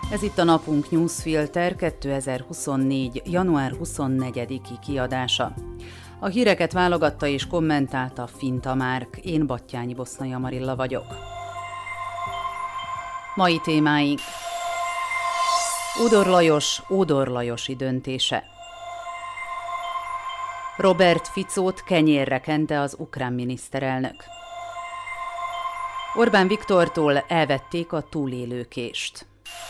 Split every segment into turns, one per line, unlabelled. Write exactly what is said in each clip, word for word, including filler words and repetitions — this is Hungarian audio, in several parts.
Ez itt a Napunk Newsfilter kétezer-huszonnégy. január huszonnegyediki kiadása. A híreket válogatta és kommentálta Finta Márk, én Battyányi Boszna Amarilla vagyok. Mai témáink: Ódor Lajos Ódor Lajosi döntése. Robert Ficót kenyérre kente az ukrán miniszterelnök. Orbán Viktortól elvették a túlélőkést.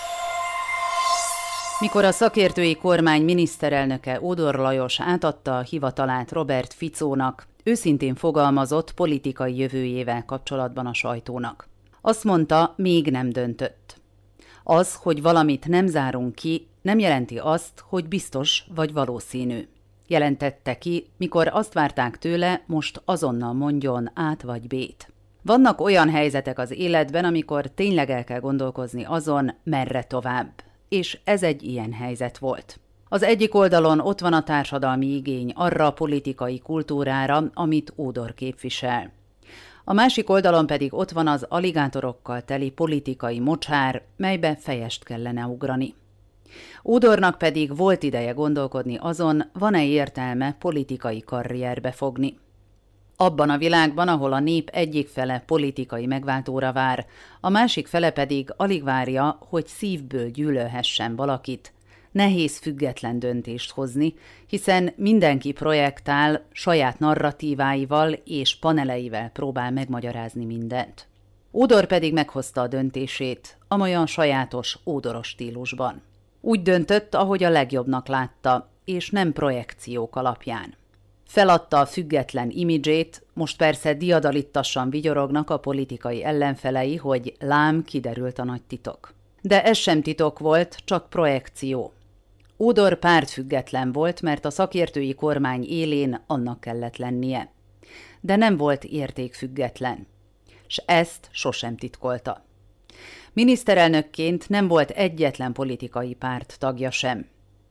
Mikor a szakértői kormány miniszterelnöke Ódor Lajos átadta a hivatalát Robert Ficónak, őszintén fogalmazott politikai jövőjével kapcsolatban a sajtónak. Azt mondta, még nem döntött. Az, hogy valamit nem zárunk ki, nem jelenti azt, hogy biztos vagy valószínű. Jelentette ki, mikor azt várták tőle, most azonnal mondjon át vagy bét. Vannak olyan helyzetek az életben, amikor tényleg el kell gondolkozni azon, merre tovább. És ez egy ilyen helyzet volt. Az egyik oldalon ott van a társadalmi igény arra a politikai kultúrára, amit Ódor képvisel. A másik oldalon pedig ott van az aligátorokkal teli politikai mocsár, melybe fejest kellene ugrani. Ódornak pedig volt ideje gondolkodni azon, van-e értelme politikai karrierbe fogni. Abban a világban, ahol a nép egyik fele politikai megváltóra vár, a másik fele pedig alig várja, hogy szívből gyűlölhessen valakit, nehéz független döntést hozni, hiszen mindenki projektál, saját narratíváival és paneleivel próbál megmagyarázni mindent. Ódor pedig meghozta a döntését, amolyan sajátos ódoros stílusban. Úgy döntött, ahogy a legjobbnak látta, és nem projekciók alapján. Feladta a független imidzsét, most persze diadalittassan vigyorognak a politikai ellenfelei, hogy lám, kiderült a nagy titok. De ez sem titok volt, csak projekció. Ódor pártfüggetlen volt, mert a szakértői kormány élén annak kellett lennie. De nem volt értékfüggetlen, s ezt sosem titkolta. Miniszterelnökként nem volt egyetlen politikai párt tagja sem.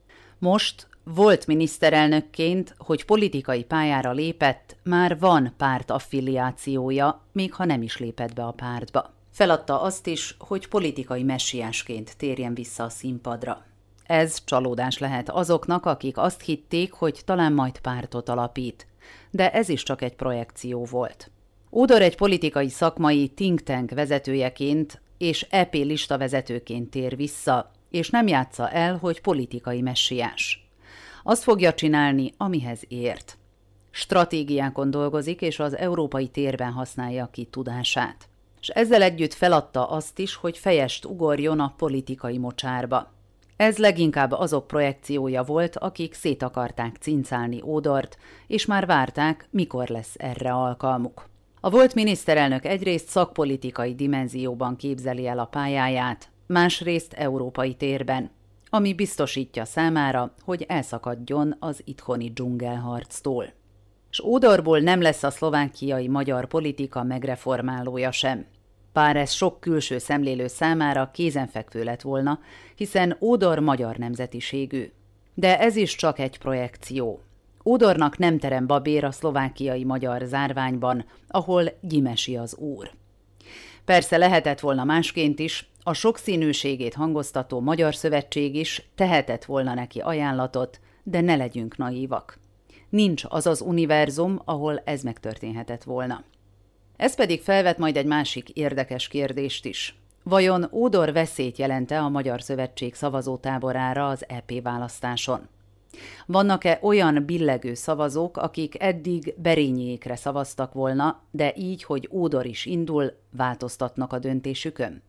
Most volt miniszterelnökként, hogy politikai pályára lépett, már van pártaffiliációja, még ha nem is lépett be a pártba. Feladta azt is, hogy politikai messiásként térjen vissza a színpadra. Ez csalódás lehet azoknak, akik azt hitték, hogy talán majd pártot alapít. De ez is csak egy projekció volt. Ódor egy politikai szakmai think tank vezetőjeként és é pé lista vezetőként tér vissza, és nem játsza el, hogy politikai messiás. Azt fogja csinálni, amihez ért. Stratégiákon dolgozik, és az európai térben használja ki tudását. És ezzel együtt feladta azt is, hogy fejest ugorjon a politikai mocsárba. Ez leginkább azok projekciója volt, akik szét akarták cincálni Ódort, és már várták, mikor lesz erre alkalmuk. A volt miniszterelnök egyrészt szakpolitikai dimenzióban képzeli el a pályáját, másrészt európai térben, ami biztosítja számára, hogy elszakadjon az itthoni dzsungelharctól. S Ódorból nem lesz a szlovákiai magyar politika megreformálója sem. Bár ez sok külső szemlélő számára kézenfekvő lett volna, hiszen Ódor magyar nemzetiségű. De ez is csak egy projekció. Ódornak nem terem babér a szlovákiai magyar zárványban, ahol Gyimesi az úr. Persze lehetett volna másként is, a sokszínűségét hangoztató Magyar Szövetség is tehetett volna neki ajánlatot, de ne legyünk naívak. Nincs az az univerzum, ahol ez megtörténhetett volna. Ez pedig felvet majd egy másik érdekes kérdést is. Vajon Ódor veszélyt jelent-e a Magyar Szövetség szavazótáborára az é pé választáson? Vannak-e olyan billegő szavazók, akik eddig Berényékre szavaztak volna, de így, hogy Ódor is indul, változtatnak a döntésükön?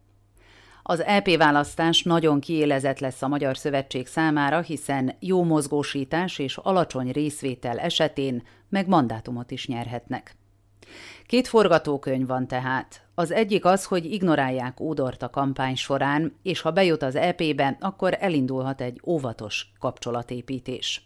Az é pé választás nagyon kiélezett lesz a Magyar Szövetség számára, hiszen jó mozgósítás és alacsony részvétel esetén meg mandátumot is nyerhetnek. Két forgatókönyv van tehát. Az egyik az, hogy ignorálják Ódort a kampány során, és ha bejut az é pébe, akkor elindulhat egy óvatos kapcsolatépítés.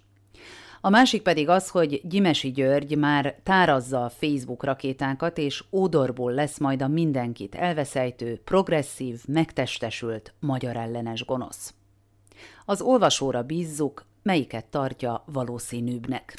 A másik pedig az, hogy Gyimesi György már tárazza a Facebook rakétákat, és Ódorból lesz majd a mindenkit elveszejtő, progresszív, megtestesült, magyar ellenes gonosz. Az olvasóra bízzuk, melyiket tartja valószínűbbnek.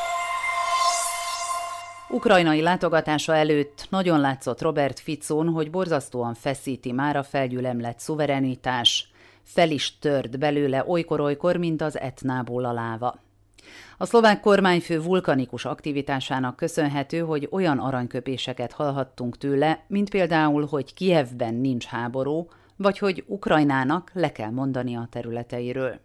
Ukrajnai látogatása előtt nagyon látszott Robert Ficón, hogy borzasztóan feszíti már a felgyülemlett szuverenitás, fel is tört belőle olykor-olykor, mint az Etnából a láva. A szlovák kormányfő vulkanikus aktivitásának köszönhető, hogy olyan aranyköpéseket hallhattunk tőle, mint például, hogy Kijevben nincs háború, vagy hogy Ukrajnának le kell mondani a területeiről.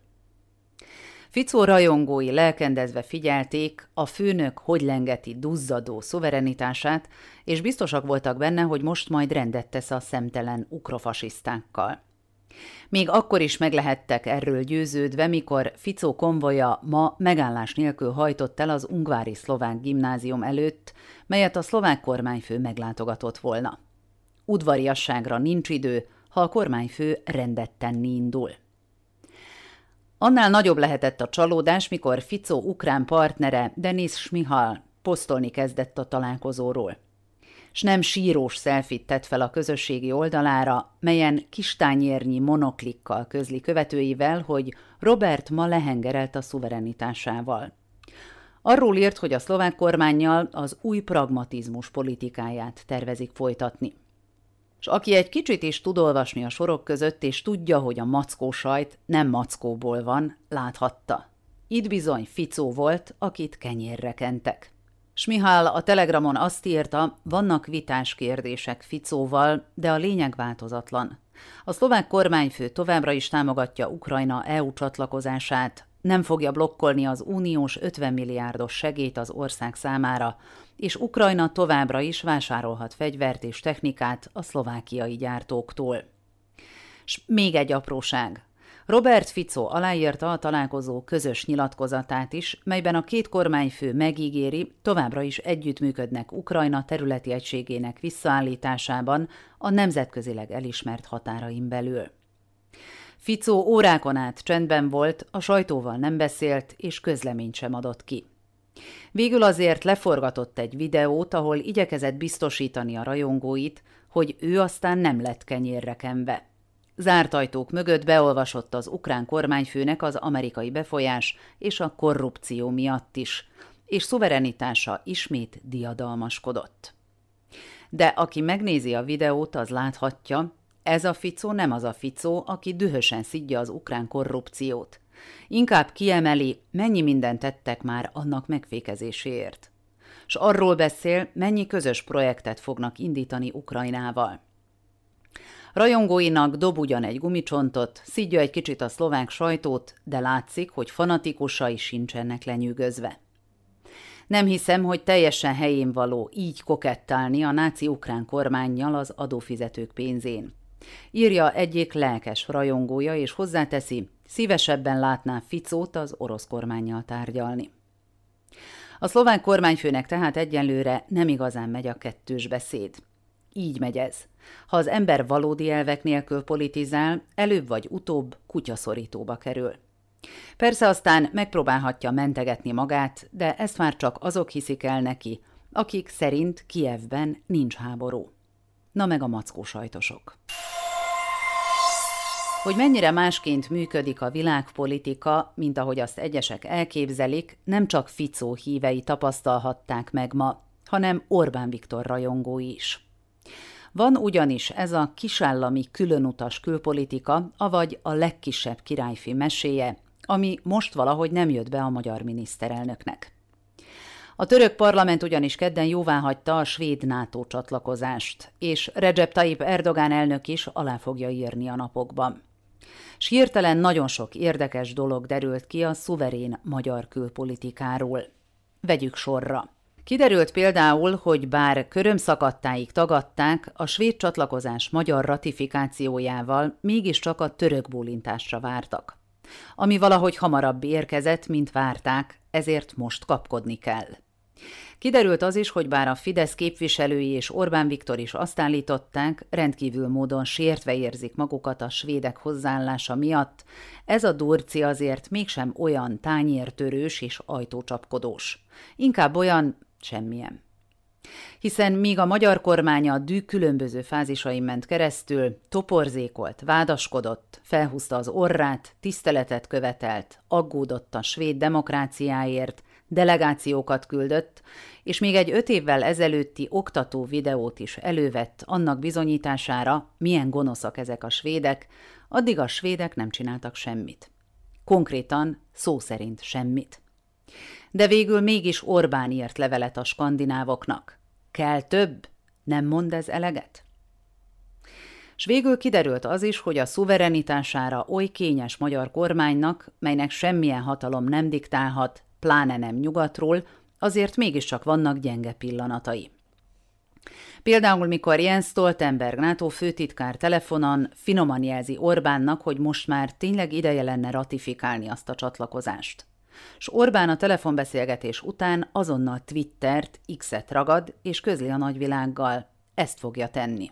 Ficó rajongói lelkendezve figyelték a főnök hogy lengeti duzzadó szuverenitását, és biztosak voltak benne, hogy most majd rendet tesz a szemtelen ukrofasisztákkal. Még akkor is meg lehettek erről győződve, mikor Ficó konvoja ma megállás nélkül hajtott el az Ungvári Szlovák Gimnázium előtt, melyet a szlovák kormányfő meglátogatott volna. Udvariasságra nincs idő, ha a kormányfő rendet tenni indul. Annál nagyobb lehetett a csalódás, mikor Ficó ukrán partnere Denis Šmihal posztolni kezdett a találkozóról. S nem sírós szelfit tett fel a közösségi oldalára, melyen kistányérnyi monoklikkal közli követőivel, hogy Robert ma lehengerelt a szuverenitásával. Arról írt, hogy a szlovák kormánnyal az új pragmatizmus politikáját tervezik folytatni. És aki egy kicsit is tud olvasni a sorok között, és tudja, hogy a mackó sajt nem mackóból van, láthatta. Itt bizony Ficó volt, akit kenyérre kentek. Šmihal a Telegramon azt írta, vannak vitás kérdések Ficóval, de a lényeg változatlan. A szlovák kormányfő továbbra is támogatja Ukrajna é u csatlakozását, nem fogja blokkolni az uniós ötven milliárdos segélyt az ország számára, és Ukrajna továbbra is vásárolhat fegyvert és technikát a szlovákiai gyártóktól. S még egy apróság. Robert Fico aláírta a találkozó közös nyilatkozatát is, melyben a két kormányfő megígéri, továbbra is együttműködnek Ukrajna területi egységének visszaállításában a nemzetközileg elismert határain belül. Fico órákon át csendben volt, a sajtóval nem beszélt és közleményt sem adott ki. Végül azért leforgatott egy videót, ahol igyekezett biztosítani a rajongóit, hogy ő aztán nem lett kenyérre kenve. Zárt ajtók mögött beolvasott az ukrán kormányfőnek az amerikai befolyás és a korrupció miatt is, és szuverenitása ismét diadalmaskodott. De aki megnézi a videót, az láthatja, ez a Fico nem az a Fico, aki dühösen szidja az ukrán korrupciót. Inkább kiemeli, mennyi mindent tettek már annak megfékezéséért. S arról beszél, mennyi közös projektet fognak indítani Ukrajnával. Rajongóinak dob ugyan egy gumicsontot, szidja egy kicsit a szlovák sajtót, de látszik, hogy fanatikusai sincsenek lenyűgözve. Nem hiszem, hogy teljesen helyén való így kokettálni a náci ukrán kormánnyal az adófizetők pénzén. Írja egyik lelkes rajongója, és hozzáteszi, szívesebben látná Ficót az orosz kormánnyal tárgyalni. A szlovák kormányfőnek tehát egyenlőre nem igazán megy a kettős beszéd. Így megy ez. Ha az ember valódi elvek nélkül politizál, előbb vagy utóbb kutyaszorítóba kerül. Persze aztán megpróbálhatja mentegetni magát, de ezt már csak azok hiszik el neki, akik szerint Kijevben nincs háború. Na meg a mackó sajtosok. Hogy mennyire másként működik a világpolitika, mint ahogy azt egyesek elképzelik, nem csak Fico hívei tapasztalhatták meg ma, hanem Orbán Viktor rajongói is. Van ugyanis ez a kisállami különutas külpolitika, avagy a legkisebb királyfi meséje, ami most valahogy nem jött be a magyar miniszterelnöknek. A török parlament ugyanis kedden jóváhagyta a svéd NATO csatlakozást, és Recep Tayyip Erdogan elnök is alá fogja írni a napokban. S hirtelen nagyon sok érdekes dolog derült ki a szuverén magyar külpolitikáról. Vegyük sorra. Kiderült például, hogy bár körömszakadtáig tagadták, a svéd csatlakozás magyar ratifikációjával mégiscsak a török bólintásra vártak. Ami valahogy hamarabb érkezett, mint várták, ezért most kapkodni kell. Kiderült az is, hogy bár a Fidesz képviselői és Orbán Viktor is azt állították, rendkívül módon sértve érzik magukat a svédek hozzáállása miatt, ez a durci azért mégsem olyan tányértörős és ajtócsapkodós. Inkább olyan semmilyen. Hiszen míg a magyar kormány a dű különböző fázisain ment keresztül, toporzékolt, vádaskodott, felhúzta az orrát, tiszteletet követelt, aggódott a svéd demokráciáért, delegációkat küldött, és még egy öt évvel ezelőtti oktató videót is elővett annak bizonyítására, milyen gonoszak ezek a svédek, addig a svédek nem csináltak semmit. Konkrétan, szó szerint semmit. De végül mégis Orbán írt levelet a skandinávoknak. Kell több? Nem mond ez eleget? S végül kiderült az is, hogy a szuverenitására oly kényes magyar kormánynak, melynek semmilyen hatalom nem diktálhat, pláne nem nyugatról, azért mégiscsak vannak gyenge pillanatai. Például, mikor Jens Stoltenberg NATO főtitkár telefonon finoman jelzi Orbánnak, hogy most már tényleg ideje lenne ratifikálni azt a csatlakozást. S Orbán a telefonbeszélgetés után azonnal Twittert, X-et ragad, és közli a nagyvilággal. Ezt fogja tenni.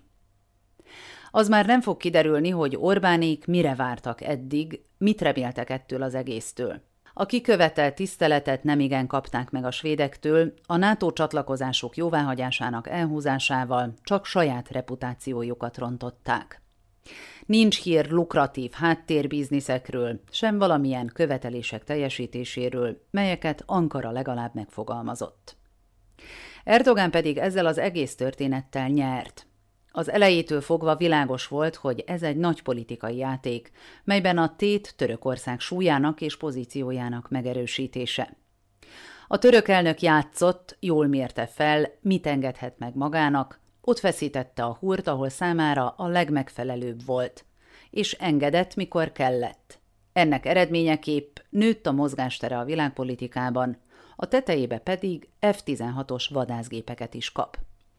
Az már nem fog kiderülni, hogy Orbánék mire vártak eddig, mit reméltek ettől az egésztől. A kikövetelt tiszteletet nemigen kapták meg a svédektől, a NATO csatlakozások jóváhagyásának elhúzásával csak saját reputációjukat rontották. Nincs hír lukratív háttérbizniszekről, sem valamilyen követelések teljesítéséről, melyeket Ankara legalább megfogalmazott. Erdogan pedig ezzel az egész történettel nyert. Az elejétől fogva világos volt, hogy ez egy nagy politikai játék, melyben a tét Törökország súlyának és pozíciójának megerősítése. A török elnök játszott, jól mérte fel, mit engedhet meg magának, ott feszítette a húrt, ahol számára a legmegfelelőbb volt, és engedett, mikor kellett. Ennek eredményeképp nőtt a mozgástere a világpolitikában, a tetejébe pedig F tizenhatos vadászgépeket is kap.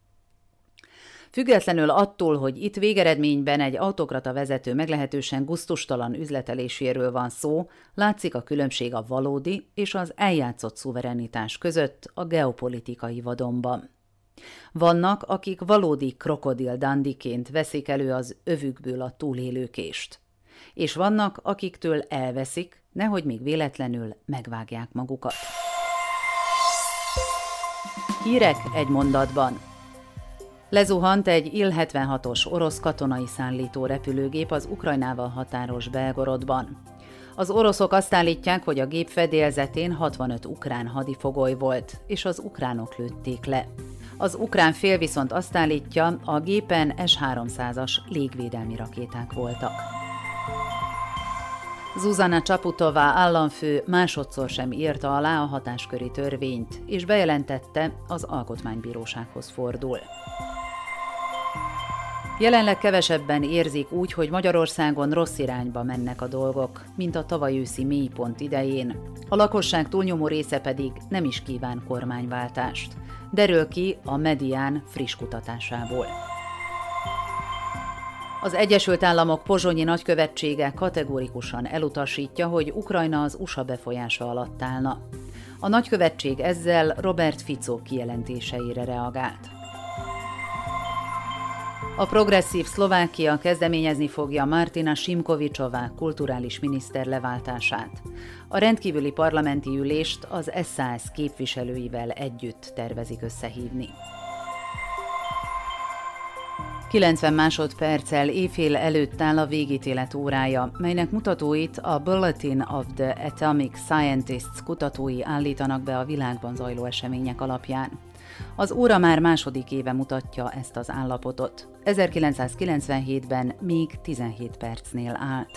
Függetlenül attól, hogy itt végeredményben egy autokrata vezető meglehetősen gusztustalan üzleteléséről van szó, látszik a különbség a valódi és az eljátszott szuverenitás között a geopolitikai vadonban. Vannak, akik valódi krokodil dandiként veszik elő az övükből a túlélőkést. És vannak, akiktől elveszik, nehogy még véletlenül megvágják magukat. Hírek egy mondatban. Lezuhant egy Il hetvenhatos orosz katonai szállító repülőgép az Ukrajnával határos Belgorodban. Az oroszok azt állítják, hogy a gép fedélzetén hatvanöt ukrán hadifogoly volt, és az ukránok lőtték le. Az ukrán fél viszont azt állítja, a gépen S háromszázas légvédelmi rakéták voltak. Zuzana Csaputová államfő másodszor sem írta alá a hatásköri törvényt, és bejelentette, az alkotmánybírósághoz fordul. Jelenleg kevesebben érzik úgy, hogy Magyarországon rossz irányba mennek a dolgok, mint a tavaly őszi mélypont idején. A lakosság túlnyomó része pedig nem is kíván kormányváltást. Derül ki a Medián friss kutatásából. Az Egyesült Államok pozsonyi nagykövetsége kategórikusan elutasítja, hogy Ukrajna az u es á befolyása alatt állna. A nagykövetség ezzel Robert Fico kijelentéseire reagált. A progresszív Szlovákia kezdeményezni fogja Martina Simkovicsová kulturális miniszter leváltását. A rendkívüli parlamenti ülést az es zé á es képviselőivel együtt tervezik összehívni. kilencven másodperccel éjfél előtt áll a végítélet órája, melynek mutatóit a Bulletin of the Atomic Scientists kutatói állítanak be a világban zajló események alapján. Az óra már második éve mutatja ezt az állapotot. ezerkilencszázkilencvenhétben még tizenhét percnél állt.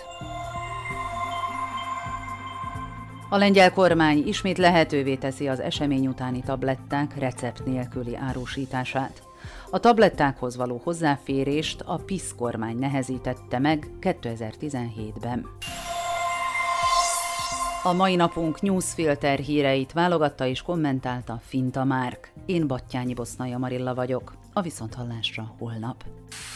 A lengyel kormány ismét lehetővé teszi az esemény utáni tabletták recept nélküli árusítását. A tablettákhoz való hozzáférést a PiS kormány nehezítette meg kétezer-tizenhétben. A mai napunk newsfilter híreit válogatta és kommentálta Finta Márk. Én Battyányi Bosznaja Marilla vagyok. A viszonthallásra holnap.